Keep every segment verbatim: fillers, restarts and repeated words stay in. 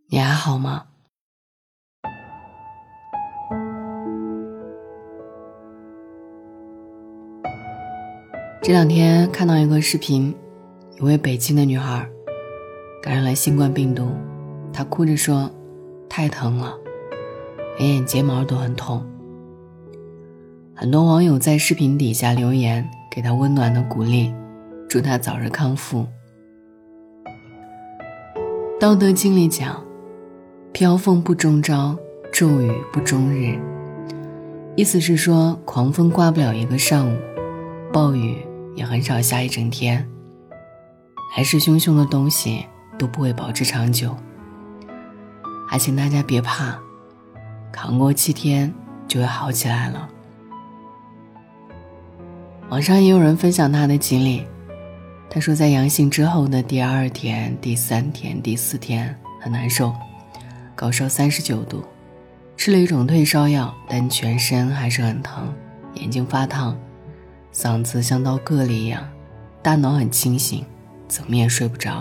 你还好吗？这两天看到一个视频，一位北京的女孩感染了新冠病毒，她哭着说太疼了，连眼睫毛都很痛。很多网友在视频底下留言，给她温暖的鼓励，祝她早日康复。道德经里讲，飘风不终朝，骤雨不终日，意思是说狂风刮不了一个上午，暴雨也很少下一整天，来势汹汹的东西都不会保持长久。还请大家别怕，扛过七天就会好起来了。网上也有人分享他的经历，他说在阳性之后的第二天、第三天、第四天很难受，高烧三十九度，吃了一种退烧药，但全身还是很疼，眼睛发烫，嗓子像刀割了一样，大脑很清醒，怎么也睡不着。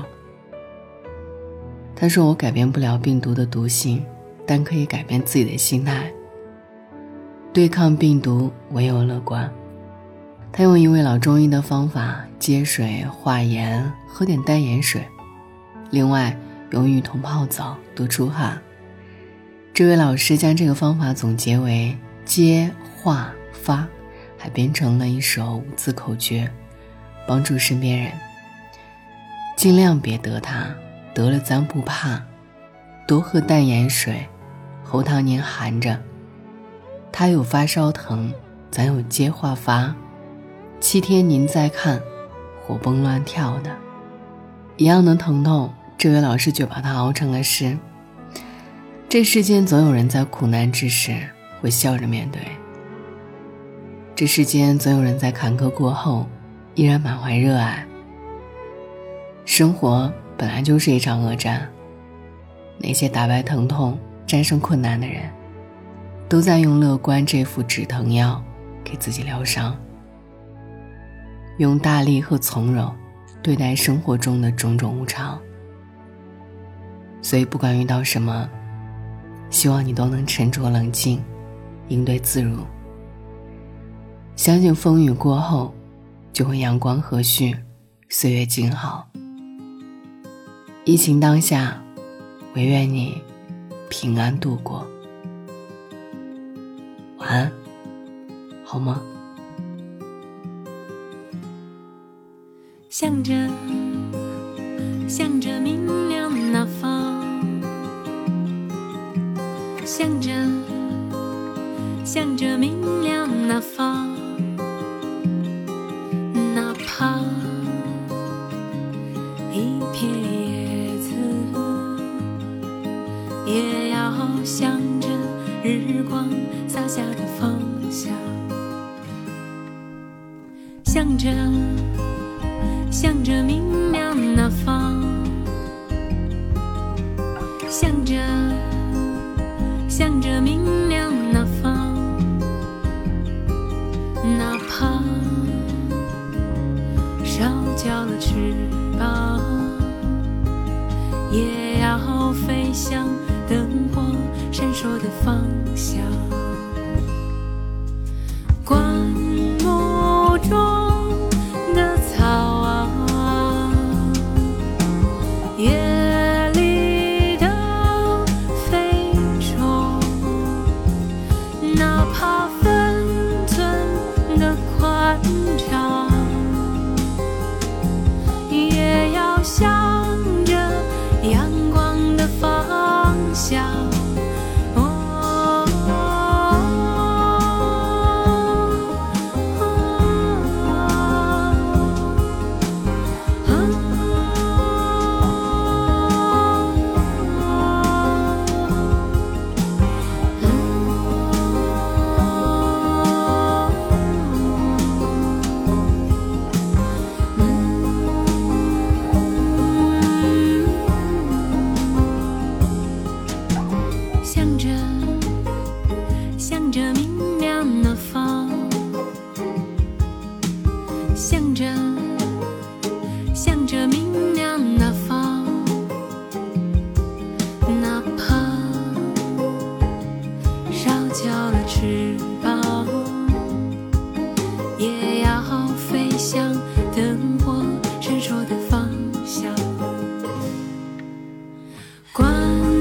他说我改变不了病毒的毒性，但可以改变自己的心态，对抗病毒唯有乐观。他用一位老中医的方法，接水化盐，喝点淡盐水，另外用浴桶泡澡，多出汗。这位老师将这个方法总结为接化发，还编成了一首五字口诀，帮助身边人尽量别得它，得了咱不怕，多喝淡盐水，喉糖您含着，他有发烧疼，咱有接化发，七天您再看，活蹦乱跳的一样的疼痛，这位老师就把它熬成了诗。这世间总有人在苦难之时会笑着面对，这世间总有人在坎坷过后依然满怀热爱。生活本来就是一场恶战，那些打败疼痛、战胜困难的人，都在用乐观这副止疼药给自己疗伤，用大力和从容对待生活中的种种无常。所以不管遇到什么，希望你都能沉着冷静，应对自如。相信风雨过后就会阳光和煦，岁月静好。疫情当下，唯愿你平安度过。晚安，好吗？ 向着向着明亮那方，向着向着明亮那方，哪怕一片叶子，也要向着日光洒下的方向，向着向着明亮那方，向着向着明亮那方，哪怕烧焦了翅膀，也要飞向灯火闪烁的方向。灌木中的草啊，夜里的飞虫，哪怕分寸的宽敞，也要向着阳光的方向。向着明亮那方，哪关